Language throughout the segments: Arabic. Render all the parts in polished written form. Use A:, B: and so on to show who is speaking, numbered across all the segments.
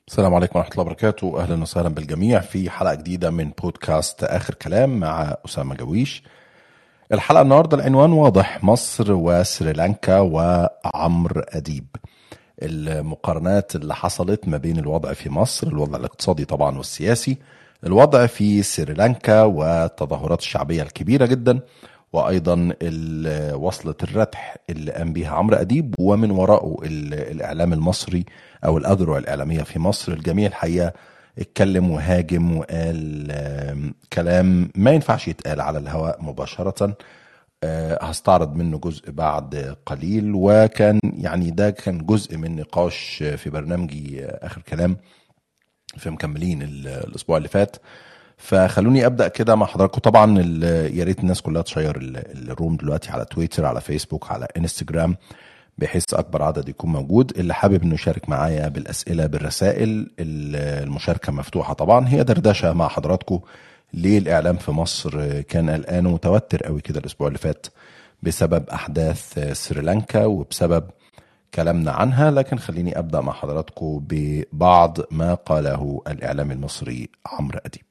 A: السلام عليكم ورحمة الله وبركاته. أهلا وسهلا بالجميع في حلقة جديدة من بودكاست آخر كلام مع أسامة جويش. الحلقة النهاردة العنوان واضح: مصر وسريلانكا وعمرو أديب. المقارنات اللي حصلت ما بين الوضع في مصر، الوضع الاقتصادي طبعا والسياسي، الوضع في سريلانكا والتظاهرات الشعبية الكبيرة جدا، وأيضا وصلة الردح اللي قام بها عمرو أديب ومن وراءه الإعلام المصري أو الأذرع الإعلامية في مصر. الجميع الحقيقة اتكلم وهاجم وقال كلام ما ينفعش يتقال على الهواء مباشرة. هستعرض منه جزء بعد قليل، وكان يعني ده كان جزء من نقاش في برنامجي آخر كلام في مكملين الأسبوع اللي فات. فخلوني ابدا كده مع حضراتكم. طبعا يا ريت الناس كلها تشير الروم دلوقتي على تويتر، على فيسبوك، على انستجرام، بحيث اكبر عدد يكون موجود. اللي حابب انه يشارك معايا بالاسئله بالرسائل، المشاركه مفتوحه طبعا. هي دردشه مع حضراتكم ليه الاعلام في مصر كان قلقان ومتوتر قوي كده الاسبوع اللي فات بسبب احداث سريلانكا وبسبب كلامنا عنها. لكن خليني ابدا مع حضراتكم ببعض ما قاله الاعلام المصري عمرو اديب.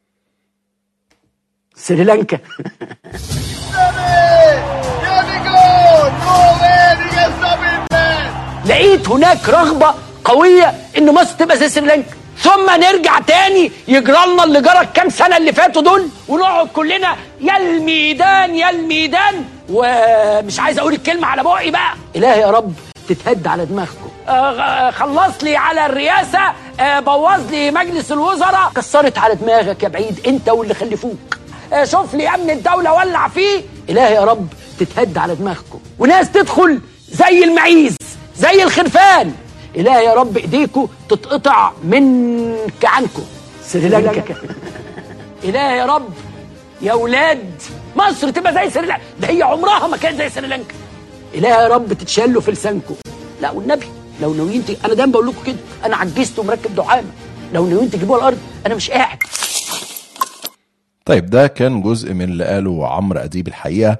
B: سريلانكا لقيت هناك رغبة قوية ان مصر تبقى زي سريلانكا، ثم نرجع تاني يجرى لنا اللي جرى الكام سنة اللي فاتوا دول، ونقعد كلنا يا الميدان يا الميدان. ومش عايز اقول الكلمة على بوقي بقى، الهي يا رب تتهد على دماغكم. خلص لي على الرئاسة، بوظ لي مجلس الوزراء، كسرت على دماغك يا بعيد انت واللي خلفوك. شوف لي امن الدولة ولع فيه، الهي يا رب تتهد على دماغكم. وناس تدخل زي المعيز زي الخرفان، الهي يا رب ايديكم تتقطع من كعنكم. سريلانكا الهي يا رب يا ولاد مصر تبقى زي سريلانكا، ده هي عمرها ما كانت زي سريلانكا. الهي يا رب تتشلوا في لسانكم. لا والنبي لو ناويين انا دايما بقول لكم كده، انا عجزت ومركب دعامه، لو ناويين تجيبوها الارض انا مش قاعد.
A: طيب ده كان جزء من اللي قاله عمرو أديب الحقيقة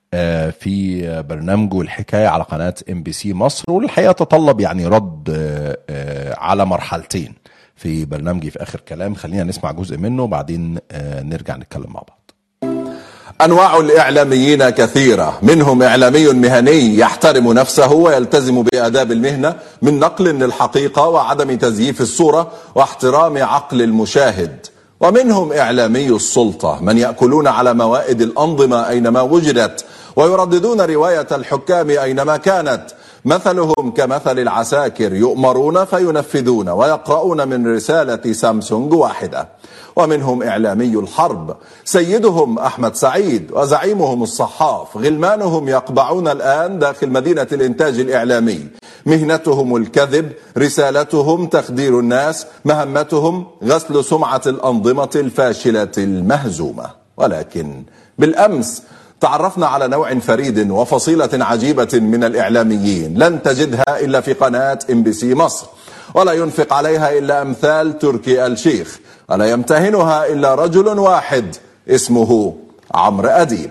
A: في برنامجه الحكاية على قناة MBC مصر، والحقيقة تطلب يعني رد على مرحلتين في برنامجي في آخر كلام. خلينا نسمع جزء منه وبعدين نرجع نتكلم مع بعض.
C: أنواع الإعلاميين كثيرة، منهم إعلامي مهني يحترم نفسه ويلتزم بآداب المهنة من نقل للحقيقة وعدم تزييف الصورة واحترام عقل المشاهد، ومنهم إعلامي السلطة من يأكلون على موائد الأنظمة أينما وجدت ويرددون رواية الحكام أينما كانت، مثلهم كمثل العساكر يؤمرون فينفذون ويقرؤون من رسالة سامسونج واحدة. ومنهم إعلامي الحرب، سيدهم أحمد سعيد وزعيمهم الصحاف، غلمانهم يقبعون الآن داخل مدينة الإنتاج الإعلامي، مهنتهم الكذب، رسالتهم تخدير الناس، مهمتهم غسل سمعة الأنظمة الفاشلة المهزومة. ولكن بالأمس تعرفنا على نوع فريد وفصيلة عجيبة من الإعلاميين لن تجدها إلا في قناة MBC مصر، ولا ينفق عليها إلا أمثال تركي الشيخ، ولا يمتهنها إلا رجل واحد اسمه عمرو أديب.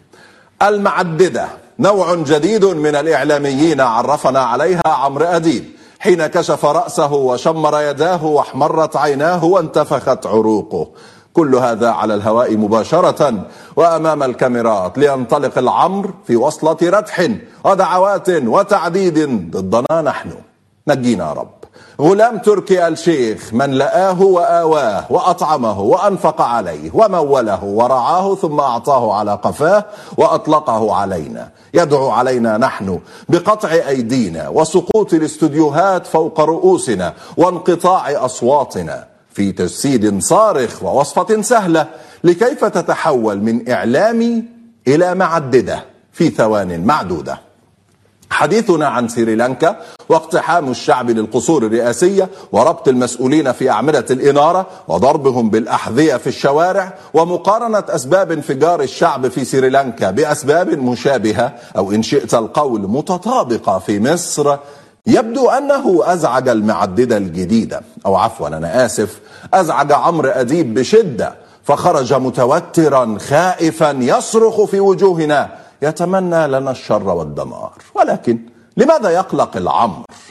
C: المعددة نوع جديد من الإعلاميين عرفنا عليها عمرو أديب حين كشف رأسه وشمر يداه واحمرت عيناه وانتفخت عروقه. كل هذا على الهواء مباشرة وأمام الكاميرات لينطلق العمر في وصلة ردح ودعوات وتعديد ضدنا نحن. نجينا رب. غلام تركي الشيخ من لآه وآواه وأطعمه وأنفق عليه وموله ورعاه ثم أعطاه على قفاه وأطلقه علينا، يدعو علينا نحن بقطع أيدينا وسقوط الاستوديوهات فوق رؤوسنا وانقطاع أصواتنا في تجسيد صارخ ووصفة سهلة لكيف تتحول من إعلامي إلى معددة في ثوان معدودة. حديثنا عن سريلانكا واقتحام الشعب للقصور الرئاسية وربط المسؤولين في أعمدة الإنارة وضربهم بالأحذية في الشوارع ومقارنة أسباب انفجار الشعب في سريلانكا بأسباب مشابهة أو إن شئت القول متطابقة في مصر، يبدو أنه أزعج المعددة الجديدة، أو عفوا أنا آسف، أزعج عمرو أديب بشدة، فخرج متوترا خائفا يصرخ في وجوهنا يتمنى لنا الشر والدمار. ولكن لماذا يقلق العمر؟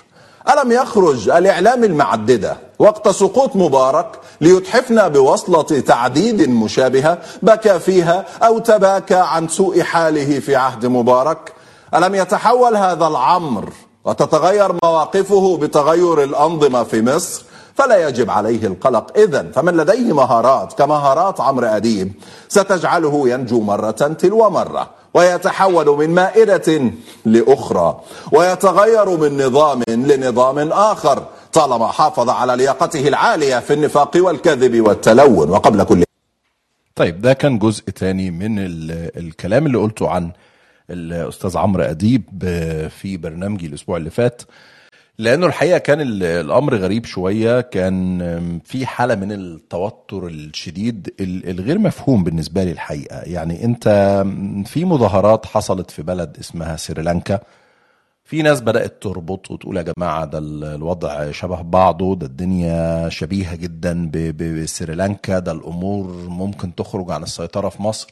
C: ألم يخرج الإعلام المعددة وقت سقوط مبارك ليتحفنا بوصلة تعديد مشابهة بكى فيها أو تباكى عن سوء حاله في عهد مبارك؟ ألم يتحول هذا العمر وتتغير مواقفه بتغير الأنظمة في مصر؟ فلا يجب عليه القلق إذن، فمن لديه مهارات كمهارات عمرو أديب ستجعله ينجو مرة تلو مرة، ويتحول من مائدة لأخرى، ويتغير من نظام لنظام آخر طالما حافظ على لياقته العالية في النفاق والكذب والتلون. وقبل كل
A: طيب ده كان جزء تاني من الكلام اللي قلته عن الأستاذ عمرو أديب في برنامجي الأسبوع اللي فات، لأنه الحقيقة كان الأمر غريب شوية. كان في حالة من التوتر الشديد الغير مفهوم بالنسبة لي الحقيقة. يعني أنت في مظاهرات حصلت في بلد اسمها سريلانكا، في ناس بدأت تربط وتقول يا جماعة ده الوضع شبه بعضه، ده الدنيا شبيهة جدا بسريلانكا، ده الأمور ممكن تخرج عن السيطرة في مصر.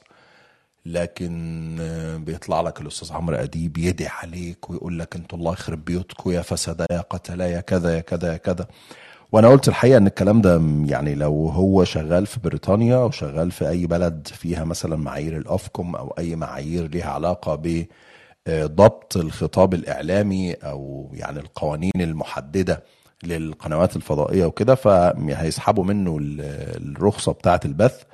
A: لكن بيطلع لك الأستاذ عمرو أديب يدعي عليك ويقول لك انتوا الله يخرب بيوتكم يا فسدا يا قتلا يا كذا يا كذا يا كذا. وانا قلت الحقيقة ان الكلام ده يعني لو هو شغال في بريطانيا او شغال في اي بلد فيها مثلا معايير الافكم او اي معايير ليها علاقة بضبط الخطاب الاعلامي او يعني القوانين المحددة للقنوات الفضائية وكده، فهيسحبوا منه الرخصة بتاعة البث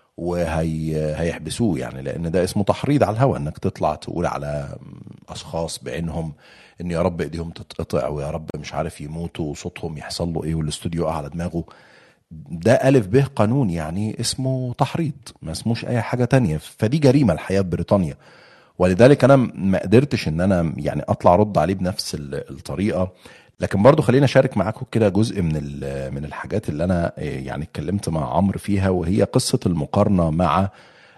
A: وهيحبسوه، يعني لان ده اسمه تحريض على الهوى، انك تطلع تقول على اشخاص بعينهم ان يا رب ايديهم تتقطع ويا رب مش عارف يموتوا وصوتهم يحصل له ايه والاستوديو يقع على دماغه. ده الف به قانون يعني اسمه تحريض، ما اسموش اي حاجة تانية. فدي جريمة الحقيقة في بريطانيا، ولذلك انا ما قدرتش ان انا يعني اطلع رد عليه بنفس الطريقة. لكن برضو خلينا اشارك معاكم كده جزء من الحاجات اللي انا يعني اتكلمت مع عمرو فيها، وهي قصة المقارنة مع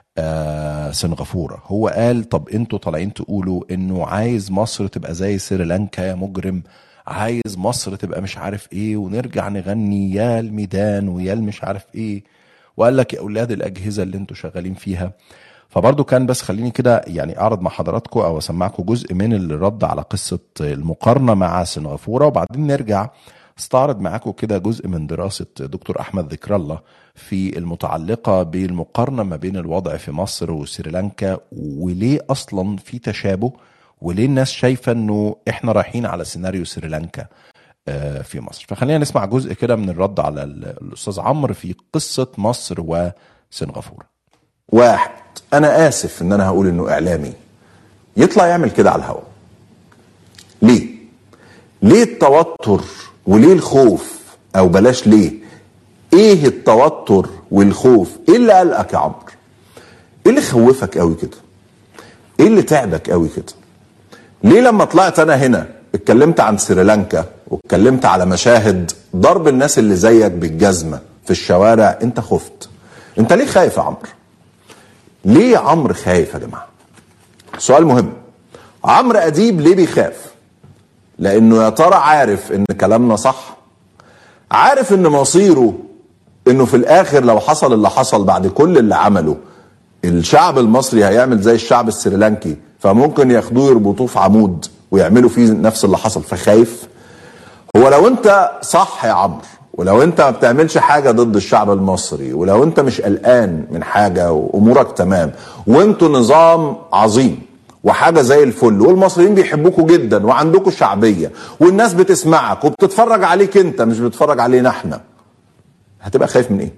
A: سنغافورة. هو قال طب انتوا طالعين تقولوا انه عايز مصر تبقى زي سريلانكا يا مجرم، عايز مصر تبقى مش عارف ايه، ونرجع نغني يا الميدان ويا مش عارف ايه، وقال لك يا اولاد الاجهزة اللي انتوا شغالين فيها. فبرضو كان بس خليني كده يعني اعرض مع حضراتكم او اسمعكم جزء من الرد على قصة المقارنة مع سنغافورة، وبعدين نرجع استعرض معاكم كده جزء من دراسة دكتور احمد ذكر الله في المتعلقة بالمقارنة ما بين الوضع في مصر وسريلانكا، وليه اصلا في تشابه، وليه الناس شايفة انه احنا رايحين على سيناريو سريلانكا في مصر. فخلينا نسمع جزء كده من الرد على الاستاذ عمرو في قصة مصر وسنغافورة.
C: واحد، أنا آسف إن أنا هقول إنه إعلامي يطلع يعمل كده على الهواء. ليه التوتر وليه الخوف؟ أو بلاش ليه، إيه التوتر والخوف؟ إيه اللي قلقك يا عمرو؟ إيه اللي خوفك قوي كده؟ إيه اللي تعبك قوي كده؟ ليه لما طلعت أنا هنا اتكلمت عن سريلانكا واتكلمت على مشاهد ضرب الناس اللي زيك بالجزمة في الشوارع أنت خفت؟ أنت ليه خايف يا عمرو؟ ليه عمرو خايف يا جماعة؟ سؤال مهم. عمرو أديب ليه بيخاف؟ لأنه يا ترى عارف إن كلامنا صح؟ عارف إن مصيره إنه في الآخر لو حصل اللي حصل بعد كل اللي عمله الشعب المصري هيعمل زي الشعب السريلانكي، فممكن ياخدوه يربطوه في عمود ويعملوا فيه نفس اللي حصل، فخايف؟ هو لو أنت صح يا عمرو، ولو انت ما بتعملش حاجة ضد الشعب المصري، ولو انت مش قلقان من حاجة وامورك تمام، وانتوا نظام عظيم وحاجة زي الفل والمصريين بيحبوكوا جدا وعندكوا شعبية والناس بتسمعك وبتتفرج عليك انت مش بتتفرج علينا احنا، هتبقى خايف من ايه؟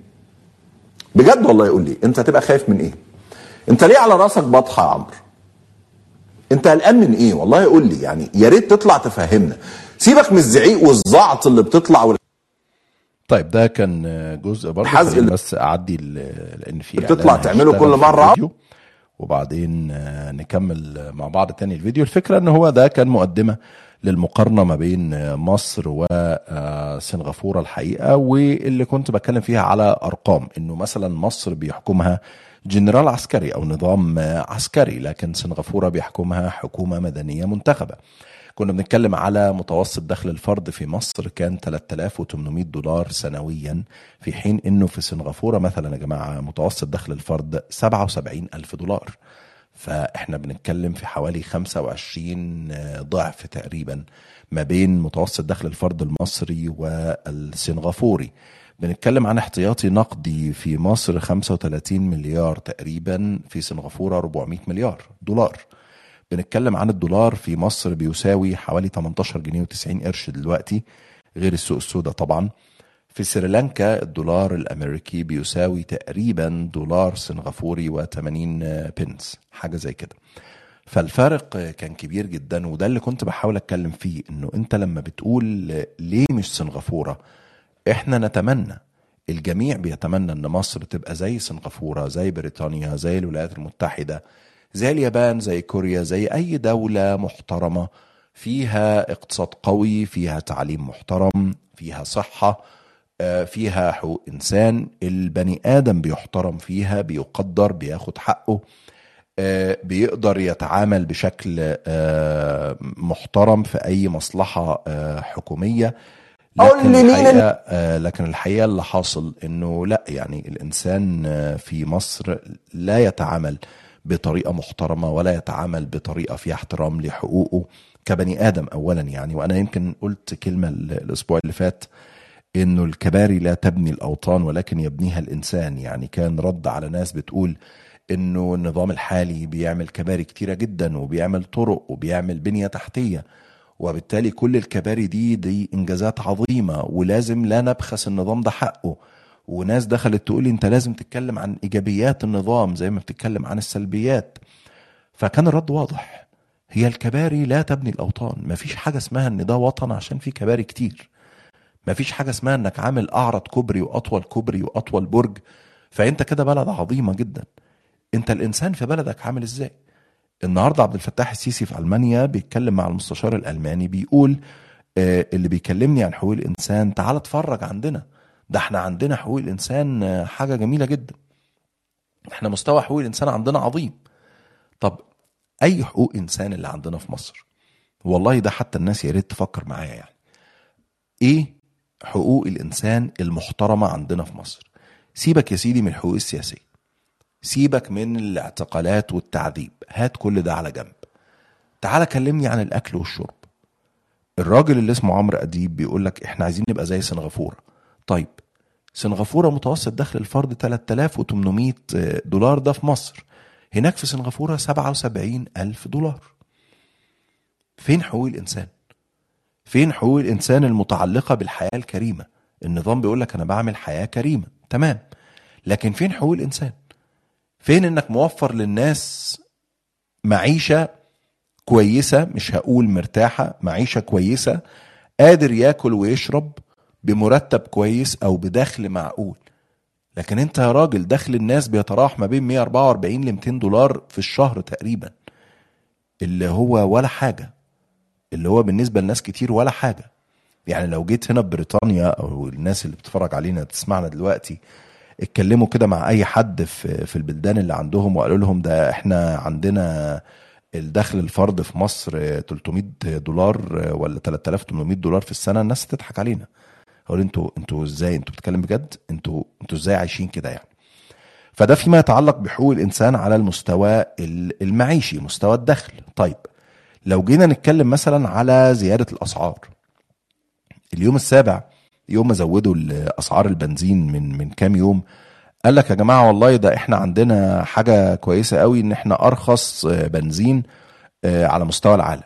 C: بجد والله يقول لي انت هتبقى خايف من ايه؟ انت ليه على راسك بطحة يا عمرو؟ انت قلقان من ايه؟ والله يقول لي، يعني يا ريت تطلع تفهمنا. سيبك من الزعيق والزعط اللي بتطلع
A: طيب ده كان جزء برضه بس اعدي لان في
C: بتطلع تعمله كل مره
A: وبعدين نكمل مع بعض تاني الفيديو. الفكره ان هو ده كان مقدمه للمقارنه ما بين مصر وسنغافوره الحقيقه، واللي كنت بتكلم فيها على ارقام انه مثلا مصر بيحكمها جنرال عسكري او نظام عسكري، لكن سنغافوره بيحكمها حكومه مدنيه منتخبه. كنا بنتكلم على متوسط دخل الفرد في مصر كان 3800 دولار سنويا، في حين انه في سنغافورة مثلا يا جماعة متوسط دخل الفرد 77,000 دولار. فاحنا بنتكلم في حوالي 25 ضعف تقريبا ما بين متوسط دخل الفرد المصري والسنغافوري. بنتكلم عن احتياطي نقدي في مصر 35 مليار تقريبا، في سنغافورة 400 مليار دولار. بنتكلم عن الدولار في مصر بيساوي حوالي 18 جنيه و90 قرش دلوقتي، غير السوق السوداء طبعا. في سريلانكا الدولار الأمريكي بيساوي تقريبا دولار سنغافوري و80 بنس، حاجة زي كده. فالفارق كان كبير جدا، وده اللي كنت بحاول أتكلم فيه، إنه أنت لما بتقول ليه مش سنغافورة، إحنا نتمنى، الجميع بيتمنى إن مصر تبقى زي سنغافورة، زي بريطانيا، زي الولايات المتحدة، زي اليابان، زي كوريا، زي أي دولة محترمة فيها اقتصاد قوي، فيها تعليم محترم، فيها صحة، فيها حقوق إنسان، البني آدم بيحترم فيها، بيقدر، بياخد حقه، بيقدر يتعامل بشكل محترم في أي مصلحة حكومية. لكن الحقيقة اللي حاصل إنه لا، يعني الإنسان في مصر لا يتعامل بطريقة محترمة، ولا يتعامل بطريقة فيها احترام لحقوقه كبني آدم أولا. يعني وأنا يمكن قلت كلمة الأسبوع اللي فات، إنه الكباري لا تبني الأوطان ولكن يبنيها الإنسان. يعني كان رد على ناس بتقول إنه النظام الحالي بيعمل كباري كتيرة جدا، وبيعمل طرق، وبيعمل بنية تحتية، وبالتالي كل الكباري دي إنجازات عظيمة، ولازم لا نبخس النظام ده حقه. وناس دخلت تقول انت لازم تتكلم عن إيجابيات النظام زي ما بتتكلم عن السلبيات. فكان الرد واضح، هي الكباري لا تبني الأوطان. مفيش حاجة اسمها ان ده وطن عشان في كباري كتير. مفيش حاجة اسمها انك عامل أعرض كوبري وأطول برج فانت كده بلد عظيمة جدا. انت الإنسان في بلدك عامل ازاي؟ النهاردة عبد الفتاح السيسي في ألمانيا بيتكلم مع المستشار الألماني، بيقول اللي بيكلمني عن حقوق الإنسان تعال اتفرج عندنا، ده احنا عندنا حقوق الإنسان حاجة جميلة جدا، احنا مستوى حقوق الإنسان عندنا عظيم. طب أي حقوق إنسان اللي عندنا في مصر؟ والله ده حتى الناس يا ريت تفكر معايا، يعني ايه حقوق الإنسان المحترمة عندنا في مصر؟ سيبك يا سيدي من الحقوق السياسية، سيبك من الاعتقالات والتعذيب، هات كل ده على جنب، تعال كلمني عن الأكل والشرب. الراجل اللي اسمه عمرو أديب بيقول لك احنا عايزين نبقى زي سنغافورة. طيب سنغافورة متوسط دخل الفرد 3800 دولار، ده في مصر. هناك في سنغافورة 77,000 دولار. فين حقوق الإنسان؟ فين حقوق الإنسان المتعلقة بالحياة الكريمة؟ النظام بيقول لك أنا بعمل حياة كريمة، تمام، لكن فين حقوق الإنسان؟ فين إنك موفر للناس معيشة كويسة، مش هقول مرتاحة، معيشة كويسة، قادر ياكل ويشرب بمرتب كويس أو بدخل معقول. لكن انت يا راجل دخل الناس بيتراوح ما بين 144 ل 200 دولار في الشهر تقريبا، اللي هو ولا حاجة، اللي هو بالنسبة لناس كتير ولا حاجة. يعني لو جيت هنا ببريطانيا، او الناس اللي بتتفرج علينا تسمعنا دلوقتي، اتكلموا كده مع اي حد في البلدان اللي عندهم وقالوا لهم ده احنا عندنا الدخل الفرد في مصر 300 دولار ولا 3800 دولار في السنة، الناس تضحك علينا. اقول انتوا ازاي، انتوا بتتكلم بجد، انتوا ازاي عايشين كده يعني؟ فده فيما يتعلق بحقوق الانسان على المستوى المعيشي، مستوى الدخل. طيب لو جينا نتكلم مثلا على زيادة الاسعار، اليوم السابع يوم ما زودوا اسعار البنزين من كام يوم، قال لك يا جماعة والله ده احنا عندنا حاجة كويسة قوي، ان احنا ارخص بنزين على مستوى العالم.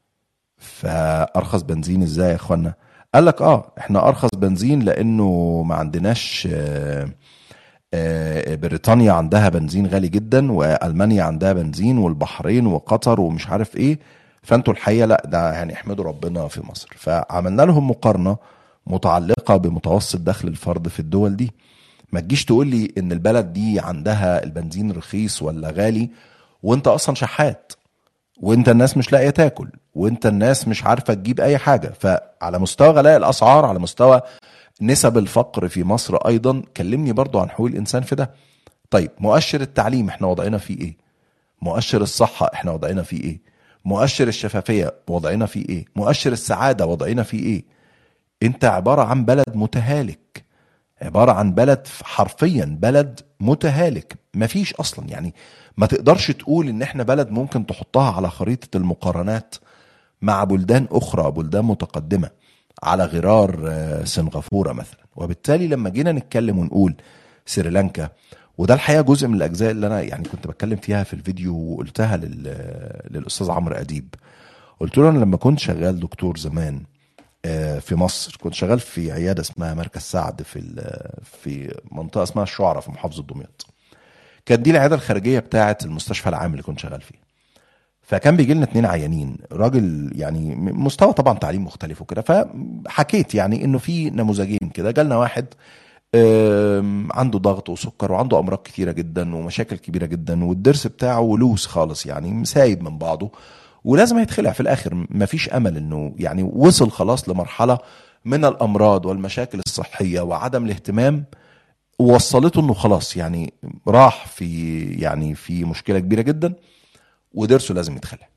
A: فارخص بنزين ازاي يا اخوانا؟ قال لك احنا ارخص بنزين لانه ما عندناش بريطانيا عندها بنزين غالي جدا، والمانيا عندها بنزين، والبحرين وقطر ومش عارف ايه، فانتوا الحقيقه لا ده يعني احمدوا ربنا في مصر. فعملنا لهم مقارنه متعلقه بمتوسط دخل الفرد في الدول دي. ما تجيش تقول لي ان البلد دي عندها البنزين رخيص ولا غالي وانت اصلا شحات، وانت الناس مش لاقيه تاكل، وانت الناس مش عارفه تجيب اي حاجه. فعلى مستوى غلاء الاسعار، على مستوى نسب الفقر في مصر ايضا، كلمني برضو عن حقوق الانسان في ده. طيب مؤشر التعليم احنا وضعنا فيه ايه؟ مؤشر الصحه احنا وضعنا فيه ايه؟ مؤشر الشفافيه وضعنا فيه ايه؟ مؤشر السعاده وضعنا فيه ايه؟ انت عباره عن بلد متهالك، عباره عن بلد حرفيا بلد متهالك، مفيش اصلا. يعني ما تقدرش تقول ان احنا بلد ممكن تحطها على خريطه المقارنات مع بلدان اخرى، بلدان متقدمه على غرار سنغافوره مثلا. وبالتالي لما جينا نتكلم ونقول سريلانكا، وده الحقيقه جزء من الاجزاء اللي انا يعني كنت بتكلم فيها في الفيديو وقلتها للاستاذ عمرو اديب. قلت له انا لما كنت شغال دكتور زمان في مصر، كنت شغال في عياده اسمها مركز سعد في منطقه اسمها الشعرة في محافظه دمياط. كانت دي العياده الخارجيه بتاعه المستشفى العام اللي كنت شغال فيه. فكان بيجي لنا 2 عيانين، راجل يعني مستوى طبعا تعليم مختلف وكده. فحكيت يعني انه في نموذجين كده. جالنا واحد عنده ضغط وسكر وعنده امراض كتيره جدا ومشاكل كبيره جدا، والضرس بتاعه لوس خالص يعني مسايب من بعضه، ولازم يتخلع في الاخر. مفيش امل انه يعني وصل خلاص لمرحله من الامراض والمشاكل الصحيه وعدم الاهتمام ووصلته انه خلاص يعني راح في مشكله كبيره جدا وضرسه لازم يتخلع.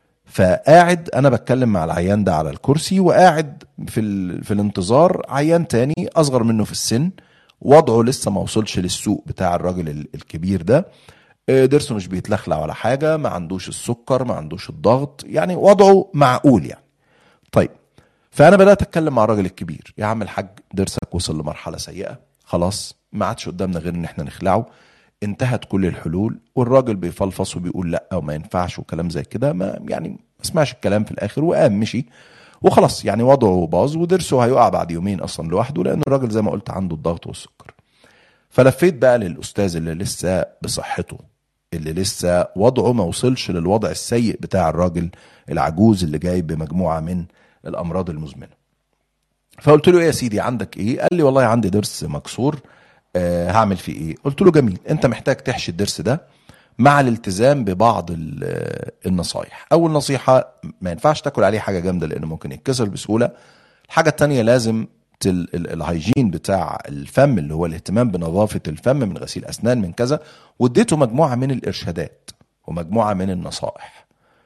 A: فقاعد انا بتكلم مع العيان ده على الكرسي، وقاعد في الانتظار عيان تاني اصغر منه في السن، وضعه لسه ما وصلش للسوق بتاع الراجل الكبير ده. ضرسه مش بيتلخلع ولا حاجه، ما عندوش السكر، ما عندوش الضغط، يعني وضعه معقول يعني. طيب، فانا بدات اتكلم مع الراجل الكبير، يا عم الحاج ضرسك وصل لمرحله سيئه خلاص، ما عادش قدامنا غير ان احنا نخلعه، انتهت كل الحلول. والراجل بيفلفص وبيقول لا وما ينفعش وكلام زي كده، ما يعني ما سمعش الكلام في الاخر وقام مشي وخلاص. يعني وضعه باظ وضرسه هيقع بعد يومين اصلا لوحده، لان الراجل زي ما قلت عنده الضغط والسكر. فلفيت بقى للاستاذ اللي لسه بصحته، اللي لسه وضعه ما وصلش للوضع السيء بتاع الراجل العجوز اللي جاي بمجموعه من الامراض المزمنه. فقلت له ايه يا سيدي عندك ايه؟ قال لي والله عندي ضرس مكسور، هعمل فيه ايه؟ قلت له جميل، انت محتاج تحشي الضرس ده مع الالتزام ببعض النصايح. اول نصيحه، ما ينفعش تاكل عليه حاجه جامده لانه ممكن يتكسر بسهوله. الحاجه التانية لازم الهيجين بتاع الفم، اللي هو الاهتمام بنظافه الفم من غسيل اسنان من كذا. واديته مجموعه من الارشادات ومجموعه من النصائح.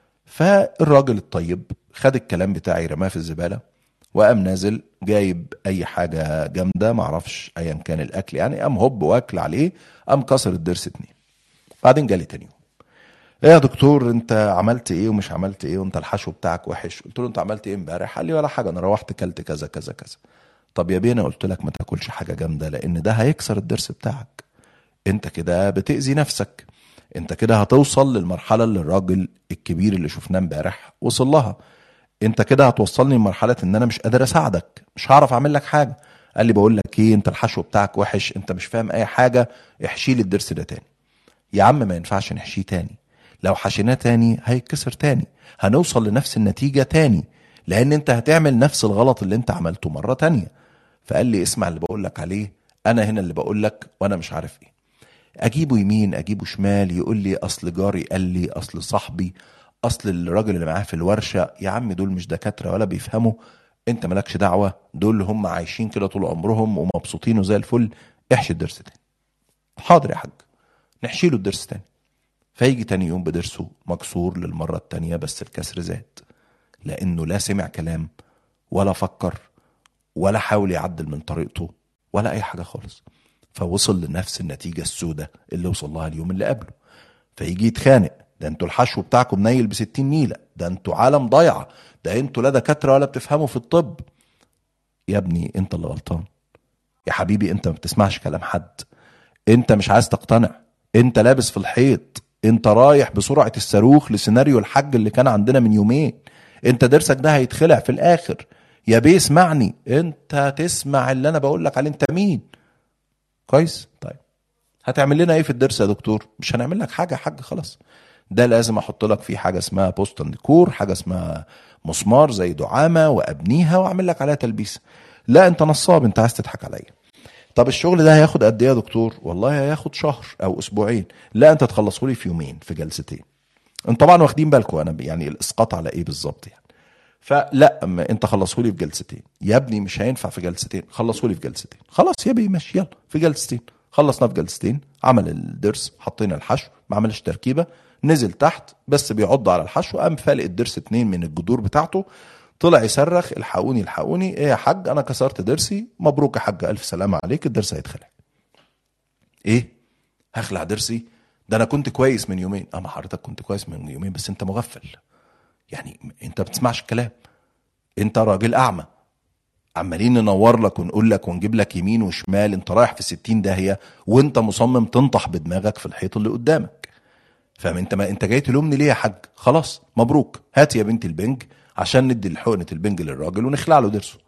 A: فالراجل الطيب خد الكلام بتاعي رماه في الزباله، وقام نازل جايب اي حاجه جامده معرفش ايا كان الاكل يعني، قام هوب واكل عليه، قام كسر الضرس 2. بعدين جالي تاني يوم، ايه يا دكتور انت عملت ايه ومش عملت ايه وانت الحشو بتاعك وحش؟ قلت له انت عملت ايه امبارح؟ قال لي ولا حاجه، انا روحت كلت كذا كذا كذا. طب يا بيه انا قلت لك ما تاكلش حاجه جامده لان ده هيكسر الضرس بتاعك، انت كده بتأذي نفسك، انت كده هتوصل للمرحله اللي الراجل الكبير اللي شفناه امبارح وصل لها، انت كده هتوصلني لمرحله ان انا مش قادر اساعدك، مش هعرف اعمل لك حاجه. قال لي بقول لك ايه، انت الحشو بتاعك وحش، انت مش فاهم اي حاجه، احشي لي الضرس ده تاني. يا عم ما ينفعش نحشيه تاني، لو حشيناه تاني هيتكسر تاني، هنوصل لنفس النتيجه تاني، لان انت هتعمل نفس الغلط اللي انت عملته مره تانية. فقال لي اسمع اللي بقول لك عليه، انا هنا اللي بقول لك وانا مش عارف ايه. اجيبه يمين اجيبه شمال، يقول لي اصل جاري قال لي، اصل صاحبي، اصل الراجل اللي معاه في الورشه. يا عم دول مش دكاتره ولا بيفهموا، انت مالكش دعوه، دول هم عايشين كده طول عمرهم ومبسوطين وزي الفل، احشي الضرس تاني. حاضر يا حاج، نحشي له الضرس تاني. فيجي تاني يوم بضرسه مكسور للمره التانيه، بس الكسر زاد، لانه لا سمع كلام ولا فكر ولا حاول يعدل من طريقته ولا اي حاجه خالص. فوصل لنفس النتيجه السوداء اللي وصل لها اليوم اللي قبله. فيجي يتخانق، ده انتوا الحشو بتاعكم نايل ب60 نيله، ده انتوا عالم ضايعه، ده انتوا لا دكاتره ولا بتفهموا في الطب. يا ابني انت اللي غلطان، يا حبيبي انت ما بتسمعش كلام حد، انت مش عايز تقتنع، انت لابس في الحيط، انت رايح بسرعه الصاروخ لسيناريو الحج اللي كان عندنا من يومين. انت ضرسك ده هيتخلع في الاخر. يا بيه اسمعني، انت تسمع اللي انا بقول لك عليه، انت مين؟ كويس؟ طيب هتعمل لنا ايه في الضرس يا دكتور؟ مش هنعمل لك حاجه يا حاج خلاص، ده لازم احط لك فيه حاجه اسمها بوستن ديكور، حاجه اسمها مسمار زي دعامه وابنيها واعمل لك عليها تلبيسه. لا انت نصاب، انت عايز تضحك عليا. طب الشغل ده هياخد قد ايه يا دكتور؟ والله هياخد شهر او اسبوعين. لا انت تخلصه لي في يومين، في جلستين. انتوا طبعا واخدين بالكم انا يعني الاسقاط على ايه بالظبط يعني. فلا انت خلصه لي في جلستين. يا ابني مش هينفع في جلستين، خلصه لي في جلستين. خلاص يا بيه ماشي، يلا في جلستين. خلصنا في جلستين، عمل الضرس، حطينا الحشو، ما عملش تركيبه، نزل تحت بس بيعض على الحشو، قام فالق الضرس 2 من الجذور بتاعته، طلع يصرخ الحقوني الحقوني، ايه يا حاج انا كسرت ضرسي. مبروك يا حاج، الف سلامه عليك، الضرس هيتخلع. ايه هخلع ضرسي؟ ده انا كنت كويس من يومين. اما حضرتك كنت كويس من يومين بس انت مغفل، يعني انت بتسمعش الكلام، انت راجل اعمى، عمالين ننور لك ونقول لك ونجيب لك يمين وشمال، انت رايح في 60 داهية وانت مصمم تنطح بدماغك في الحيط اللي قدامك. فاهم انت؟ ما انت جاي تلومني ليه يا حاج؟ خلاص مبروك، هات يا بنتي البنج عشان ندي الحقنة البنج للراجل ونخلع له ضرسه.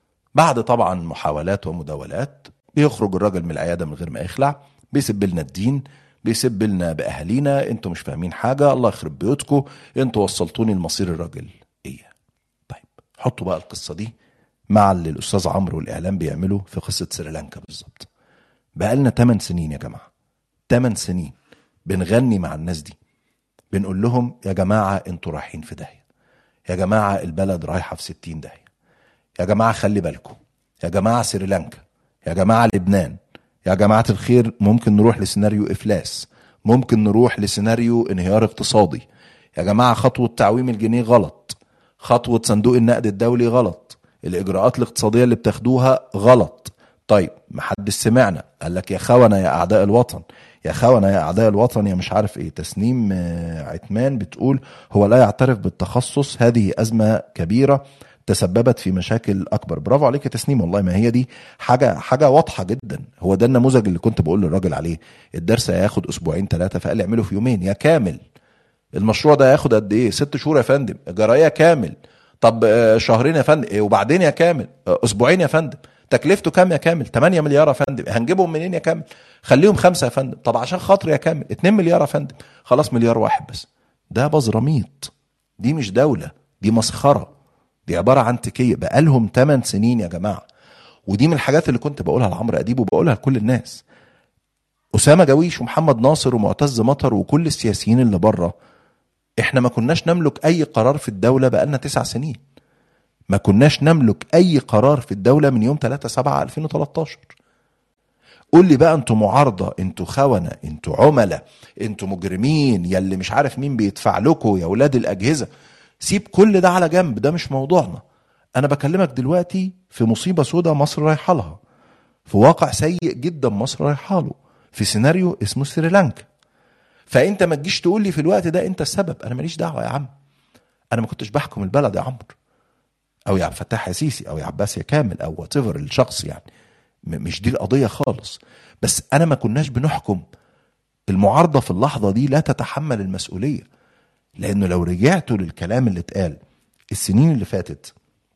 A: بعد طبعا محاولات ومداولات بيخرج الراجل من العيادة من غير ما يخلع، بيسب لنا الدين، بيسب لنا بأهالينا، انتوا مش فاهمين حاجة، الله يخرب بيوتكم، انتوا وصلتوني لمصير الراجل ايه. طيب حطوا بقى القصة دي مع اللي الأستاذ عمرو والإعلام بيعملوا في قصة سريلانكا بالظبط. بقالنا 8 سنين يا جماعة، 8 سنين بنغني مع الناس دي، بنقول لهم يا جماعة انتوا رايحين في داهية، يا جماعة البلد رايحة في 60 داهية، يا جماعة خلي بالكم، يا جماعة سريلانكا، يا جماعة لبنان، يا جماعة الخير ممكن نروح لسيناريو إفلاس، ممكن نروح لسيناريو انهيار اقتصادي، يا جماعة خطوة تعويم الجنيه غلط، خطوة صندوق النقد الدولي غلط، الإجراءات الاقتصادية اللي بتاخدوها غلط. طيب محدش سمعنا، قال لك يا خونة يا أعداء الوطن، يا خونة يا أعداء الوطن، يا مش عارف ايه. تسنيم عثمان بتقول هو لا يعترف بالتخصص، هذه أزمة كبيرة تسببت في مشاكل اكبر. برافو عليك يا تسنيم، والله ما هي دي حاجه واضحه جدا. هو ده النموذج اللي كنت بقول للراجل عليه، الدرس هياخد اسبوعين 3، فقال اعمله في يومين يا كامل. المشروع ده هياخد قد ايه؟ 6 شهور يا فندم. جرايه كامل. طب شهرين يا فندم. وبعدين يا كامل اسبوعين يا فندم. تكلفته كام يا كامل؟ 8 مليار يا فندم. هنجيبهم منين يا كامل؟ خليهم 5 يا فندم. طب عشان خاطر يا كامل 2 مليار يا فندم. خلاص مليار واحد بس. ده بزراميط، دي مش دولة، دي مسخرة، دي عبارة عن تكية. بقالهم 8 سنين يا جماعة. ودي من الحاجات اللي كنت بقولها لعمرو أديب وبقولها لكل الناس. أسامة جويش ومحمد ناصر ومعتز مطر وكل السياسيين اللي بره، احنا ما كناش نملك اي قرار في الدولة بقالنا 9 سنين. ما كناش نملك اي قرار في الدولة من يوم 3/7/2013. قول لي بقى انتوا معارضة، انتوا خونة، انتوا عملاء، انتوا مجرمين، يلي مش عارف مين بيدفع لكم يا ولاد الأجهزة. سيب كل ده على جنب، ده مش موضوعنا. انا بكلمك دلوقتي في مصيبة سودة مصر رايحة لها، في واقع سيء جدا مصر رايحة له، في سيناريو اسمه سريلانكا. فانت ما تجيش تقول لي في الوقت ده انت السبب. انا ماليش دعوة يا عم، انا ما كنتش بحكم البلد يا عمرو، او يا عبد الفتاح يا سيسي، او يا عباس يا كامل، او واتيفر الشخص يعني. مش دي القضية خالص. بس انا ما كناش بنحكم. المعارضة في اللحظة دي لا تتحمل المسؤولية، لانه لو رجعتوا للكلام اللي اتقال السنين اللي فاتت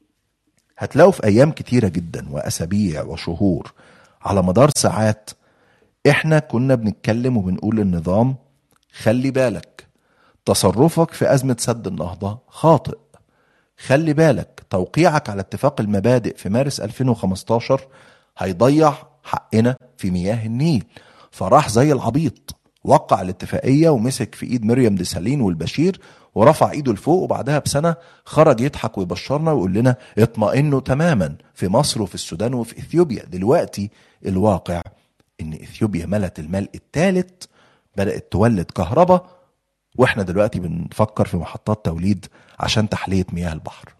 A: هتلاقوا في ايام كتيرة جدا واسابيع وشهور على مدار ساعات احنا كنا بنتكلم وبنقول للنظام خلي بالك، تصرفك في ازمة سد النهضة خاطئ، خلي بالك توقيعك على اتفاق المبادئ في مارس 2015 هيضيع حقنا في مياه النيل. فراح زي العبيط وقع الاتفاقية ومسك في ايد مريم ديسالين والبشير ورفع ايده لفوق، وبعدها بسنة خرج يضحك ويبشرنا ويقول لنا اطمئنوا تماما في مصر وفي السودان وفي اثيوبيا. دلوقتي الواقع ان اثيوبيا ملت الملء الثالث، بدأت تولد كهرباء، واحنا دلوقتي بنفكر في محطات توليد عشان تحلية مياه البحر.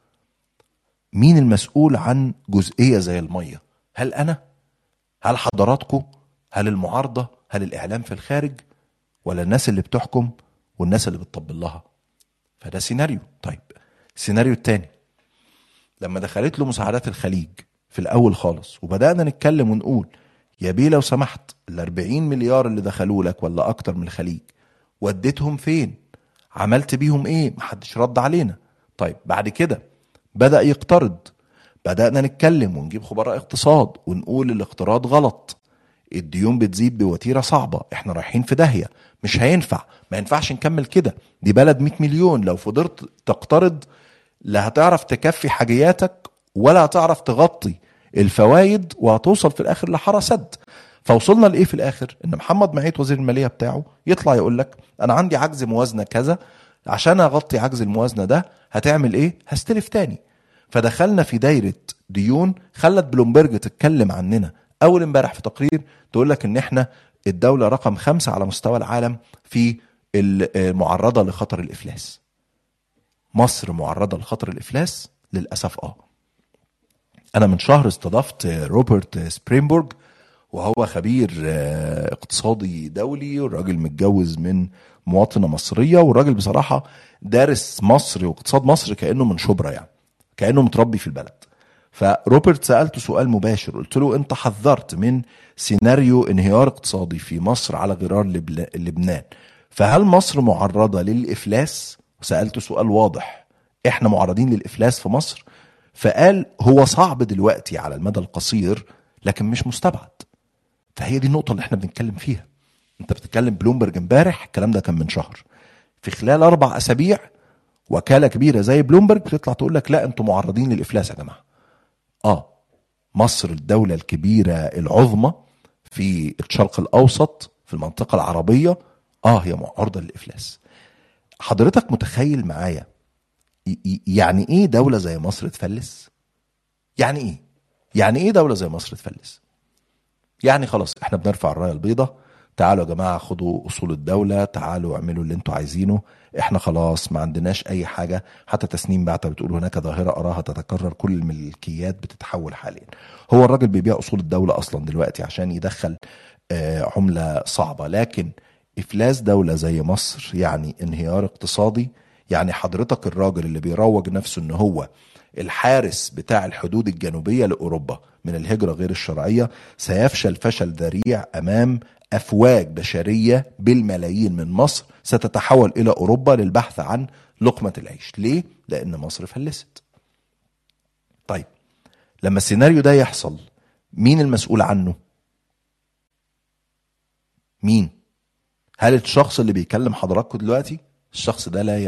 A: مين المسؤول عن جزئية زي المية؟ هل انا؟ هل حضراتكم؟ هل المعارضة؟ هل الاعلام في الخارج؟ ولا الناس اللي بتحكم والناس اللي بتطبل لها؟ فده سيناريو. طيب السيناريو التاني، لما دخلت له مساعدات الخليج في الاول خالص وبدأنا نتكلم ونقول يا بيه لو سمحت ال40 مليار اللي دخلوا لك ولا اكتر من الخليج وديتهم فين؟ عملت بيهم ايه؟ محدش رد علينا. طيب بعد كده بدأ يقترض، بدأنا نتكلم ونجيب خبراء اقتصاد ونقول الاقتراض غلط، الديون بتزيد بوتيرة صعبة، احنا رايحين في داهية، مش هينفع، ما ينفعش نكمل كده، دي بلد 100 مليون، لو فضلت تقترض لا هتعرف تكفي حاجياتك ولا هتعرف تغطي الفوائد، وهتوصل في الاخر لحارة سد. فوصلنا لايه في الاخر؟ ان محمد معيط وزير المالية بتاعه يطلع يقول لك انا عندي عجز موازنة كذا، عشان اغطي عجز الموازنة ده هتعمل ايه؟ هستلف تاني. فدخلنا في دايرة ديون خلت بلومبرج تتكلم عننا اول امبارح في تقرير تقول لك ان احنا الدولة رقم 5 على مستوى العالم في المعرضة لخطر الافلاس. مصر معرضة لخطر الافلاس للأسف. انا من شهر استضفت روبرت سبرينبورغ، وهو خبير اقتصادي دولي، والراجل متجوز من مواطنة مصرية، والراجل بصراحة دارس مصر واقتصاد مصر كأنه من شبرا، يعني كأنه متربي في البلد. فروبرت سألته سؤال مباشر، قلت له انت حذرت من سيناريو انهيار اقتصادي في مصر على غرار لبنان، فهل مصر معرضة للإفلاس؟ وسألته سؤال واضح، احنا معرضين للإفلاس في مصر؟ فقال هو صعب دلوقتي على المدى القصير لكن مش مستبعد. فهي دي النقطة اللي احنا بنتكلم فيها. انت بتتكلم بلومبرج امبارح، الكلام ده كان من شهر، في خلال 4 أسابيع وكالة كبيرة زي بلومبرج بتطلع تقول لك لا انتم معرضين للإفلاس يا جماعة. مصر الدولة الكبيرة العظمى في الشرق الأوسط في المنطقة العربية هي معرضة للإفلاس. حضرتك متخيل معايا يعني ايه دولة زي مصر تفلس؟ يعني ايه دولة زي مصر تفلس؟ يعني خلاص احنا بنرفع الراية البيضاء، تعالوا يا جماعة خدوا أصول الدولة، تعالوا اعملوا اللي انتوا عايزينه، احنا خلاص ما عندناش اي حاجة. حتى تسنيم بعتها بتقول هناك ظاهرة أراها تتكرر، كل الملكيات بتتحول حاليا. هو الراجل بيبيع أصول الدولة أصلا دلوقتي عشان يدخل عملة صعبة. لكن إفلاس دولة زي مصر يعني انهيار اقتصادي. يعني حضرتك الراجل اللي بيروج نفسه ان هو الحارس بتاع الحدود الجنوبية لأوروبا من الهجرة غير الشرعية سيفشل فشل ذريع أمام أفواج بشرية بالملايين من مصر ستتحول إلى أوروبا للبحث عن لقمة العيش. ليه؟ لأن مصر فلست. طيب لما السيناريو ده يحصل مين المسؤول عنه؟ مين؟ هل الشخص اللي بيكلم حضراتكم دلوقتي؟ الشخص ده لا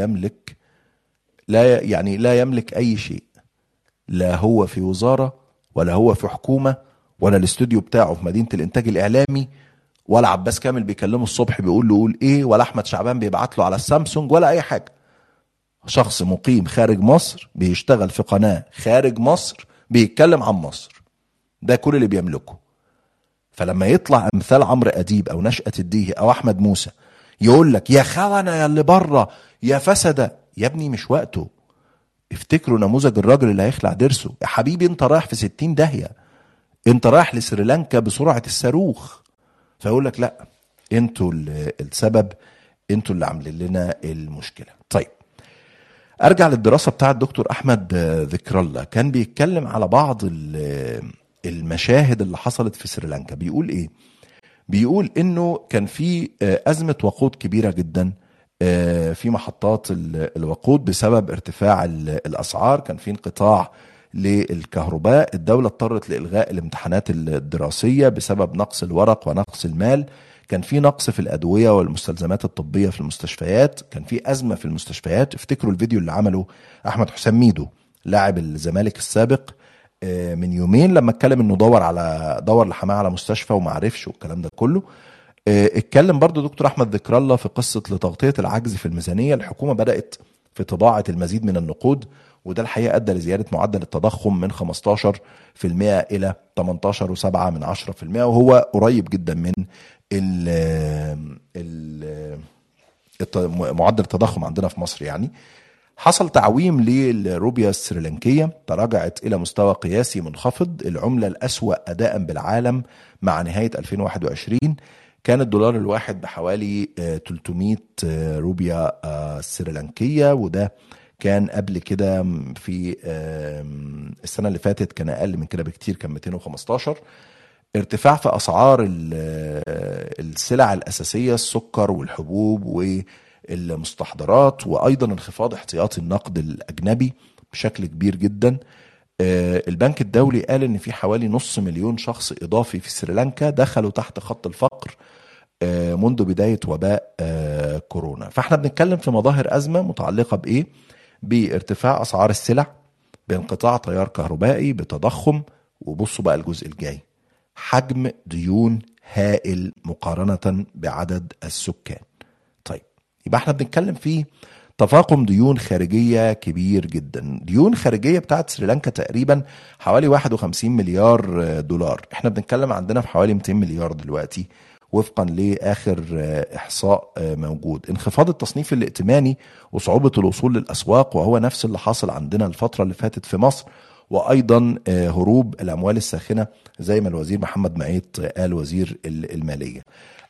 A: يملك أي شيء، لا هو في وزارة ولا هو في حكومة ولا الاستوديو بتاعه في مدينة الإنتاج الإعلامي، ولا عباس كامل بيكلمه الصبح بيقول له قول إيه، ولا أحمد شعبان بيبعت له على السامسونج ولا أي حاجة. شخص مقيم خارج مصر بيشتغل في قناة خارج مصر بيتكلم عن مصر، ده كل اللي بيملكه. فلما يطلع أمثال عمرو أديب أو نشأة الديهي أو أحمد موسى يقول لك يا خونة يا اللي بره يا فسدة، يا ابني مش وقته. افتكروا نموذج الراجل اللي هيخلع ضرسه. يا حبيبي انت رايح في 60 داهية، انت رايح لسريلانكا بسرعة الصاروخ. فيقول لك لا انتوا السبب، انتوا اللي عاملين لنا المشكلة. طيب ارجع للدراسة بتاع الدكتور احمد ذكر الله، كان بيتكلم على بعض المشاهد اللي حصلت في سريلانكا. بيقول ايه؟ بيقول انه كان في ازمة وقود كبيرة جدا في محطات الوقود بسبب ارتفاع الاسعار، كان في انقطاع للكهرباء، الدولة اضطرت لإلغاء الامتحانات الدراسية بسبب نقص الورق ونقص المال، كان في نقص في الأدوية والمستلزمات الطبية في المستشفيات، كان في أزمة في المستشفيات. افتكروا الفيديو اللي عمله أحمد حسام ميدو لاعب الزمالك السابق من يومين لما اتكلم انه دور لحماه على مستشفى وما عرفش والكلام ده كله. اتكلم برضو دكتور احمد ذكر الله في قصة لتغطية العجز في الميزانية، الحكومة بدأت في طباعة المزيد من النقود، وده الحقيقة أدى لزيادة معدل التضخم من 15% إلى 18.7%، وهو قريب جدا من معدل التضخم عندنا في مصر. يعني حصل تعويم للروبيا السريلانكية، تراجعت إلى مستوى قياسي منخفض، العملة الأسوأ أداء بالعالم مع نهاية 2021. كان الدولار الواحد بحوالي 300 روبيا سريلانكية، وده كان قبل كده في السنة اللي فاتت كان أقل من كده بكتير، كان 215. ارتفاع في أسعار السلع الأساسية، السكر والحبوب والمستحضرات، وأيضا انخفاض احتياطي النقد الأجنبي بشكل كبير جدا. البنك الدولي قال ان في حوالي 500,000 شخص اضافي في سريلانكا دخلوا تحت خط الفقر منذ بداية وباء كورونا. فاحنا بنتكلم في مظاهر أزمة متعلقة بإيه؟ بارتفاع أسعار السلع، بانقطاع تيار كهربائي، بتضخم، وبصوا بقى الجزء الجاي، حجم ديون هائل مقارنة بعدد السكان. طيب يبقى احنا بنتكلم في تفاقم ديون خارجية كبير جدا. ديون خارجية بتاعت سريلانكا تقريبا حوالي 51 مليار دولار، احنا بنتكلم عندنا في حوالي 200 مليار دلوقتي وفقا لآخر إحصاء موجود. انخفاض التصنيف الائتماني وصعوبة الوصول للأسواق، وهو نفس اللي حاصل عندنا الفترة اللي فاتت في مصر، وأيضا هروب الأموال الساخنة زي ما الوزير محمد معيط قال وزير المالية.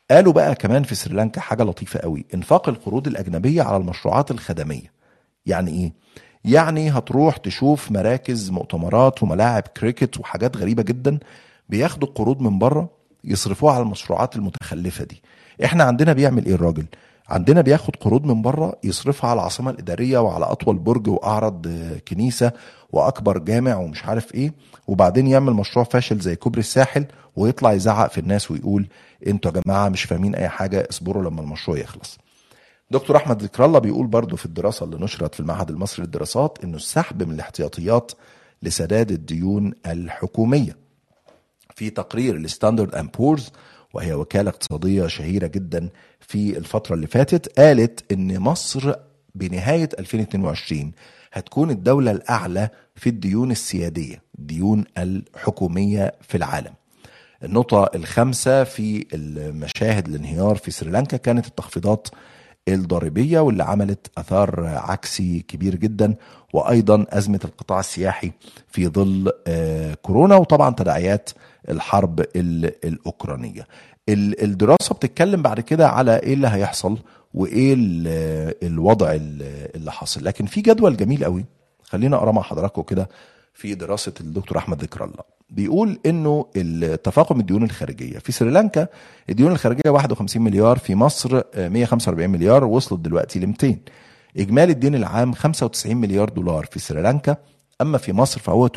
A: قالوا بقى كمان في سريلانكا حاجة لطيفة قوي، انفاق القروض الأجنبية على المشروعات الخدمية. يعني ايه؟ يعني هتروح تشوف مراكز مؤتمرات وملاعب كريكت وحاجات غريبة جدا، بياخدوا قروض من بره يصرفوها على المشروعات المتخلفة دي. احنا عندنا بيعمل ايه الراجل؟ عندنا بياخد قروض من بره يصرفها على العاصمة الإدارية وعلى أطول برج وأعرض كنيسة وأكبر جامع ومش عارف ايه، وبعدين يعمل مشروع فاشل زي كوبري الساحل ويطلع يزعق في الناس ويقول انتوا يا جماعة مش فاهمين أي حاجة، اصبروا لما المشروع يخلص. دكتور أحمد ذكر الله بيقول برضو في الدراسة اللي نشرت في المعهد المصري للدراسات إنه السحب من الاحتياطيات لسداد الديون الحكومية. في تقرير الستاندرد اند بورز، وهي وكالة اقتصادية شهيرة جدا في الفترة اللي فاتت، قالت إن مصر بنهاية 2022 هتكون الدولة الأعلى في الديون السيادية، الديون الحكومية في العالم. النقطة الخامسة في المشاهد الانهيار في سريلانكا كانت التخفيضات الضريبية، واللي عملت أثار عكسي كبير جدا، وأيضا أزمة القطاع السياحي في ظل كورونا، وطبعا تداعيات الحرب الأوكرانية. الدراسة بتتكلم بعد كده على إيه اللي هيحصل وإيه الوضع اللي حصل، لكن في جدول جميل قوي خلينا أقرأ مع حضراتكم كده في دراسة الدكتور أحمد ذكر الله. بيقول انه التفاقم الديون الخارجيه في سريلانكا، الديون الخارجيه 51 مليار، في مصر 145 مليار، وصلت دلوقتي ل 200. اجمالي الدين العام 95 مليار دولار في سريلانكا، اما في مصر فهو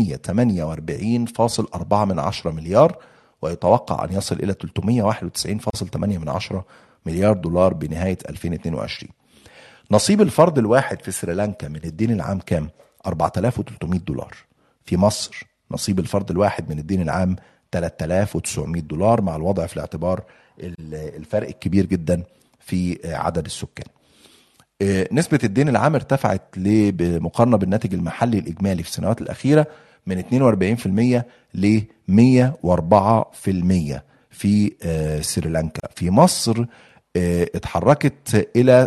A: 348.4 مليار، ويتوقع ان يصل الى 391.8 مليار دولار بنهايه 2022. نصيب الفرد الواحد في سريلانكا من الدين العام كام؟ 4300 دولار. في مصر نصيب الفرد الواحد من الدين العام 3900 دولار، مع الوضع في الاعتبار الفرق الكبير جدا في عدد السكان. نسبة الدين العام ارتفعت بمقارنة بالناتج المحلي الإجمالي في السنوات الأخيرة من 42% ل 104% في سريلانكا. في مصر اتحركت إلى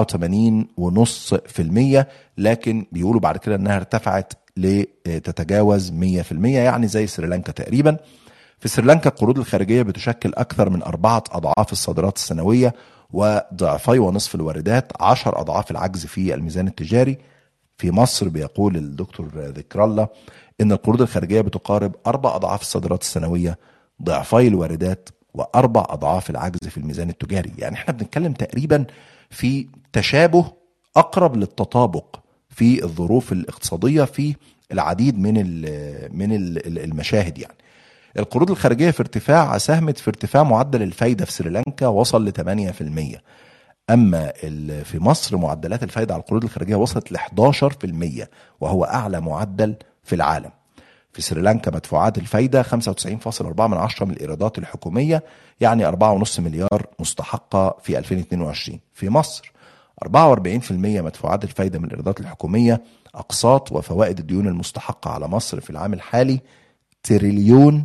A: 87.5%، لكن بيقولوا بعد كده أنها ارتفعت لتتجاوز 100%، يعني زي سريلانكا تقريبا. في سريلانكا القروض الخارجية بتشكل أكثر من 4 أضعاف الصادرات السنوية، وضعفي ونصف الواردات، 10 أضعاف العجز في الميزان التجاري. في مصر بيقول الدكتور ذكر الله إن القروض الخارجية بتقارب 4 أضعاف الصادرات السنوية، ضعفي الواردات، و4 أضعاف العجز في الميزان التجاري. يعني احنا بنتكلم تقريبا في تشابه أقرب للتطابق في الظروف الاقتصادية في العديد من المشاهد. يعني القروض الخارجية في ارتفاع، ساهمت في ارتفاع معدل الفايدة في سريلانكا، وصل ل 8%. أما في مصر معدلات الفايدة على القروض الخارجية وصلت ل 11%، وهو أعلى معدل في العالم. في سريلانكا مدفوعات الفايدة 95.4 من الإيرادات الحكومية، يعني 4.5 مليار مستحقة في 2022. في مصر 44% مدفوعات الفايدة من الإيرادات الحكومية، أقساط وفوائد الديون المستحقة على مصر في العام الحالي تريليون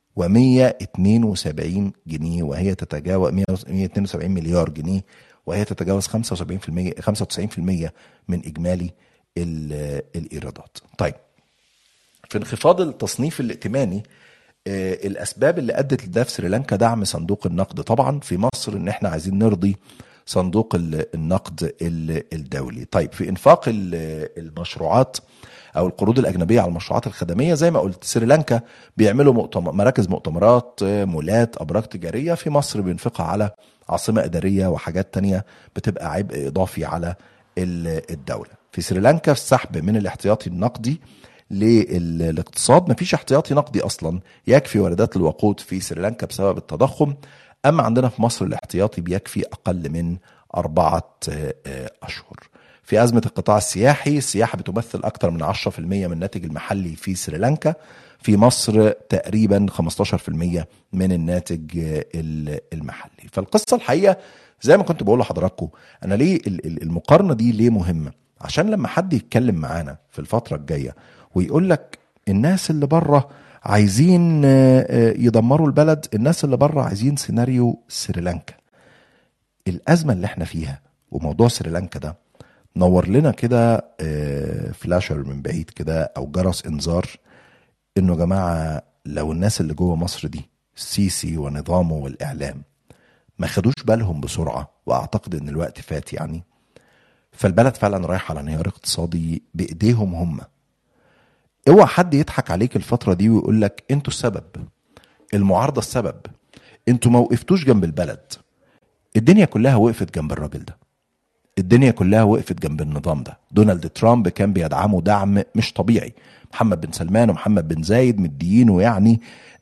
A: و172 جنيه، وهي تتجاوز 172 مليار جنيه، وهي تتجاوز 95% من إجمالي الإيرادات. طيب، في انخفاض التصنيف الائتماني، الأسباب اللي أدت لده في سريلانكا دعم صندوق النقد. طبعا في مصر إن احنا عايزين نرضي صندوق النقد الدولي. طيب، في إنفاق المشروعات أو القروض الأجنبية على المشروعات الخدمية، زي ما قلت سريلانكا بيعملوا مراكز مؤتمرات، مولات، أبراج تجارية. في مصر بينفقها على عاصمة إدارية وحاجات تانية بتبقى عبء إضافي على الدولة. في سريلانكا السحب من الاحتياطي النقدي للاقتصاد، مفيش احتياطي نقدي أصلا يكفي واردات الوقود في سريلانكا بسبب التضخم. أما عندنا في مصر الاحتياطي بيكفي أقل من 4 أشهر. في أزمة القطاع السياحي، السياحة بتمثل أكثر من 10% من الناتج المحلي في سريلانكا. في مصر تقريبا 15% من الناتج المحلي. فالقصة الحقيقة زي ما كنت بقول لحضراتكم، أنا ليه المقارنة دي ليه مهمة؟ عشان لما حد يتكلم معانا في الفترة الجاية ويقول لك الناس اللي بره عايزين يدمروا البلد، الناس اللي بره عايزين سيناريو سريلانكا. الأزمة اللي احنا فيها وموضوع سريلانكا ده نور لنا كده فلاشر من بعيد كده، أو جرس إنذار، إنه يا جماعة لو الناس اللي جوه مصر دي، السيسي ونظامه والإعلام، ما خدوش بالهم بسرعة، واعتقد ان الوقت فات يعني. فالبلد فعلا رايح على انهيار اقتصادي بايديهم هم. اوعى حد يضحك عليك الفترة دي ويقول لك انتوا السبب، المعارضة السبب، انتوا ما وقفتوش جنب البلد. الدنيا كلها وقفت جنب الراجل ده، الدنيا كلها وقفت جنب النظام ده. دونالد ترامب كان بيدعمه دعم مش طبيعي. محمد بن سلمان ومحمد بن زايد مديينه يعني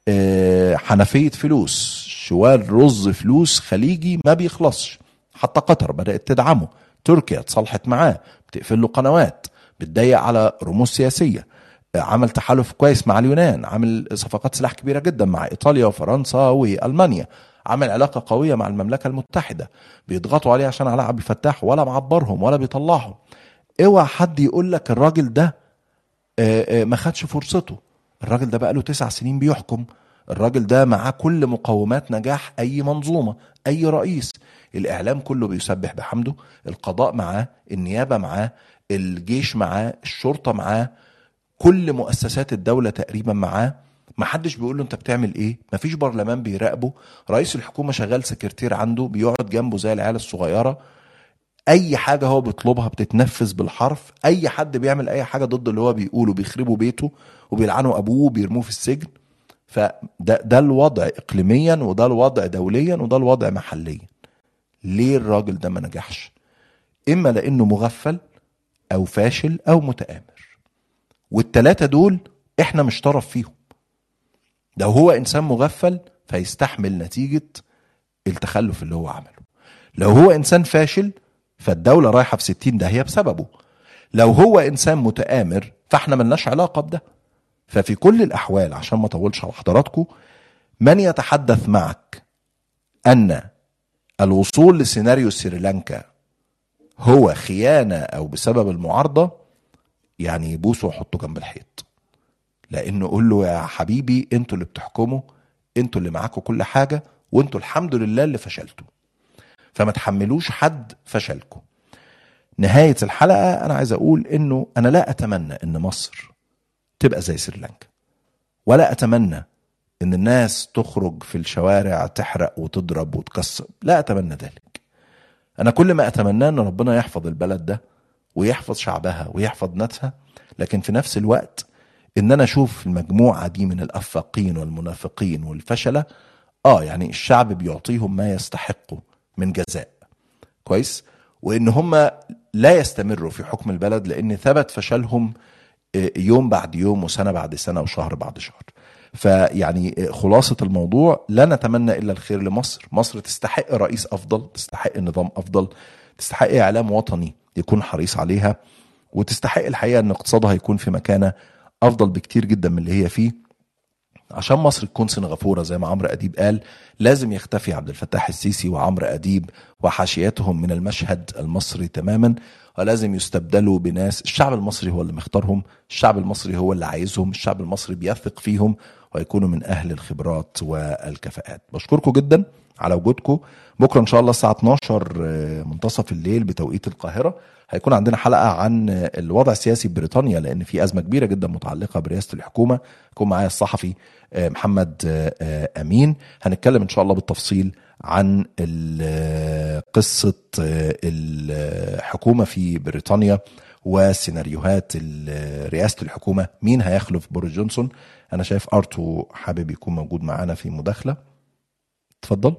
A: حنفية فلوس، شوال رز فلوس خليجي ما بيخلصش. حتى قطر بدأت تدعمه، تركيا اتصالحت معاه، بتقفل له قنوات، بتضيق على رموز سياسية. عمل تحالف كويس مع اليونان، عمل صفقات سلاح كبيرة جدا مع إيطاليا وفرنسا وألمانيا، عمل علاقة قوية مع المملكة المتحدة. بيضغطوا عليه عشان علاء عبد الفتاح، ولا معبرهم ولا بيطلعهم. اوعى حد يقول لك الراجل ده ما خدش فرصته. الراجل ده بقاله 9 سنين بيحكم. الراجل ده معاه كل مقومات نجاح أي منظومة، أي رئيس. الإعلام كله بيسبح بحمده، القضاء معاه، النيابة معاه، الجيش معاه، الشرطة معاه، كل مؤسسات الدولة تقريبا معاه. محدش بيقول له انت بتعمل ايه، مفيش برلمان بيراقبه، رئيس الحكومة شغال سكرتير عنده بيقعد جنبه زي العيال الصغيرة. اي حاجة هو بيطلبها بتتنفذ بالحرف. اي حد بيعمل اي حاجة ضد اللي هو بيقوله بيخربوا بيته وبيلعنوا ابوه وبيرموه في السجن. فده الوضع اقليميا، وده الوضع دوليا، وده الوضع محليا. ليه الراجل ده ما نجحش؟ اما لانه مغفل او فاشل او متآمر، والتلاتة دول احنا مش طرف فيهم. لو هو انسان مغفل فيستحمل نتيجة التخلف اللي هو عمله. لو هو انسان فاشل فالدولة رايحة في 60 داهية بسببه. لو هو انسان متآمر فاحنا ملناش علاقة بده. ففي كل الاحوال، عشان ما اطولش على حضراتكم، من يتحدث معك ان الوصول لسيناريو سريلانكا هو خيانة او بسبب المعارضة، يعني يبوسه وحطه جنب الحيط. لانه قول له يا حبيبي انتوا اللي بتحكموا، انتوا اللي معاكوا كل حاجة، وانتوا الحمد لله اللي فشلتوا، فما تحملوش حد فشلكم. نهاية الحلقة انا عايز اقول انه انا لا اتمنى ان مصر تبقى زي سريلانكا، ولا اتمنى ان الناس تخرج في الشوارع تحرق وتضرب وتكسر، لا اتمنى ذلك. انا كل ما اتمناه ان ربنا يحفظ البلد ده ويحفظ شعبها ويحفظ ناسها، لكن في نفس الوقت ان انا اشوف المجموعة دي من الافاقين والمنافقين والفشلة، يعني الشعب بيعطيهم ما يستحقوا من جزاء كويس، وان هم لا يستمروا في حكم البلد لان ثبت فشلهم يوم بعد يوم وسنة بعد سنة وشهر بعد شهر. فيعني خلاصة الموضوع، لا نتمنى إلا الخير لمصر. مصر تستحق رئيس أفضل، تستحق نظام أفضل، تستحق إعلام وطني يكون حريص عليها، وتستحق الحقيقة أن اقتصادها يكون في مكانة أفضل بكتير جدا من اللي هي فيه. عشان مصر تكون سنغافورة زي ما عمرو أديب قال، لازم يختفي عبد الفتاح السيسي وعمرو أديب وحاشيتهم من المشهد المصري تماما، ولازم يستبدلوا بناس الشعب المصري هو اللي مختارهم، الشعب المصري هو اللي عايزهم، الشعب المصري بيثق فيهم ويكونوا من أهل الخبرات والكفاءات. بشكركم جدا على وجودكم. بكرة إن شاء الله الساعة 12 منتصف الليل بتوقيت القاهرة هيكون عندنا حلقة عن الوضع السياسي ببريطانيا، لأن في أزمة كبيرة جدا متعلقة برئاسة الحكومة. يكون معايا الصحفي محمد أمين، هنتكلم إن شاء الله بالتفصيل عن قصة الحكومة في بريطانيا وسيناريوهات رئاسة الحكومة، مين هيخلف بوريس جونسون. أنا شايف أرتو حابب يكون موجود معنا في مداخلة، تفضل.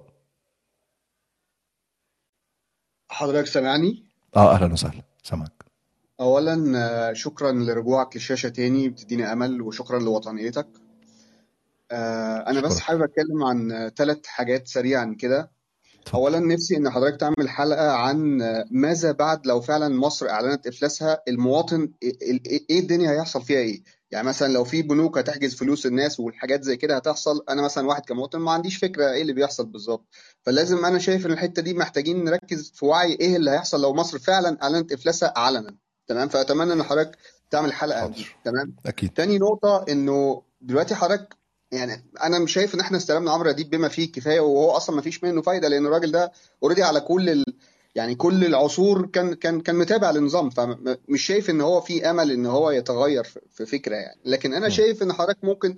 D: حضرتك سامعني؟
A: أهلا وسهلا، سامعك.
D: أولا شكرا لرجوعك للشاشة تاني، بتديني أمل، وشكرا لوطنيتك. أنا بس حابب أتكلم عن 3 حاجات سريعا كده. أولا نفسي إن حضرتك تعمل حلقة عن ماذا بعد لو فعلا مصر أعلنت إفلاسها، المواطن إيه الدنيا هيحصل فيها إيه؟ يعني مثلا لو في بنوك هتحجز فلوس الناس والحاجات زي كده هتحصل، أنا مثلا واحد كمواطن ما عنديش فكرة إيه اللي بيحصل بالظبط. فلازم أنا شايف إن الحتة دي محتاجين نركز في وعي إيه اللي هيحصل لو مصر فعلا أعلنت إفلاسها علنا. تمام، فأتمنى إن حضرتك تعمل حلقة دي. تمام.
A: أكيد.
D: تاني نقطة إنه دلوقتي حضرتك يعني انا مش شايف ان احنا استلمنا عمرو اديب بما فيه الكفايه، وهو اصلا ما فيش منه فايده، لان الراجل ده اوريدي على يعني كل العصور كان متابع للنظام، فمش شايف ان هو في امل ان هو يتغير في فكره يعني. لكن انا شايف ان حضرتك ممكن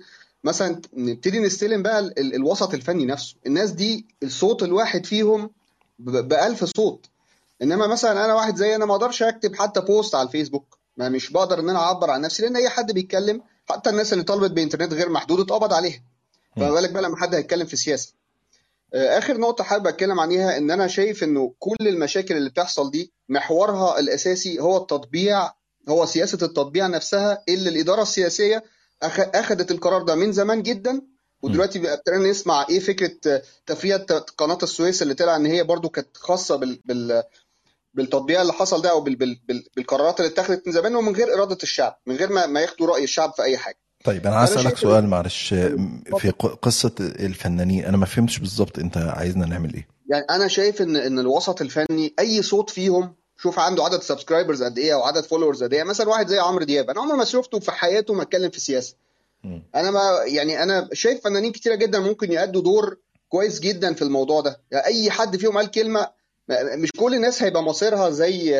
D: مثلا نبتدي نستلم بقى الوسط الفني نفسه. الناس دي الصوت الواحد فيهم ب1000 صوت. انما مثلا انا واحد زي انا ما اقدرش اكتب حتى بوست على الفيسبوك، ما مش بقدر ان انا اعبر عن نفسي، لان اي حد بيتكلم حتى الناس اللي طلبت بانترنت غير محدود اتقبض عليها، فما بالك بقى لما حد هيتكلم في سياسه. اخر نقطه حابب اتكلم عنيها ان انا شايف انه كل المشاكل اللي بتحصل دي محورها الاساسي هو التطبيع، هو سياسه التطبيع نفسها اللي الاداره السياسيه اخذت القرار ده من زمان جدا. ودلوقتي بقى ابتدينا نسمع ايه فكره تفريغ قناه السويس اللي طلع ان هي برضو كانت خاصه بالتطبيع اللي حصل ده، او بالقرارات اللي اتخذت من زمان ومن غير اراده الشعب، من غير ما ياخدوا راي الشعب في اي حاجه.
A: طيب انا عايز اسالك سؤال معلش في قصه الفنانين، انا ما فهمتش بالظبط انت عايزنا نعمل ايه.
D: يعني انا شايف ان الوسط الفني اي صوت فيهم، شوف عنده عدد سبسكرايبرز قد ايه او عدد فولورز قد ايه. مثلا واحد زي عمرو دياب انا عمري ما شفته في حياته ما اتكلم في سياسه. انا ما يعني انا شايف فنانين كتيره جدا ممكن يأدوا دور كويس جدا في الموضوع ده. يعني اي حد فيهم قال كلمه، مش كل الناس هيبقى مصيرها زي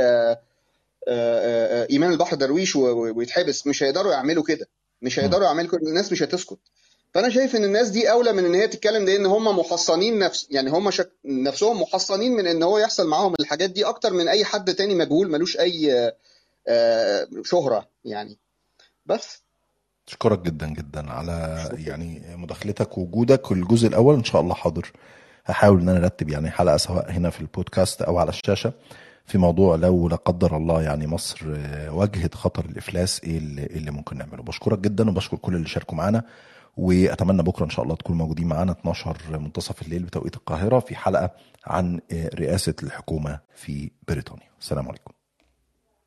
D: ايمان البحر درويش ويتحبس. مش هيقدروا يعملوا كده، مش هيقدروا يعملوا كده، الناس مش هتسكت. فانا شايف ان الناس دي اولى من ان هي تتكلم، لان هم محصنين يعني هم نفسهم محصنين من ان هو يحصل معاهم الحاجات دي اكتر من اي حد تاني مجهول ملوش اي شهرة يعني. بس
A: اشكرك جدا جدا على يعني مداخلتك ووجودك. الجزء الاول ان شاء الله حاضر، هحاول ان انا ارتب يعني حلقه سواء هنا في البودكاست او على الشاشه في موضوع لو لا قدر الله يعني مصر واجهت خطر الافلاس ايه اللي ممكن نعمله. بشكرك جدا وبشكر كل اللي شاركوا معانا، واتمنى بكره ان شاء الله تكونوا موجودين معانا 12 منتصف الليل بتوقيت القاهره في حلقه عن رئاسه الحكومه في بريطانيا. السلام عليكم.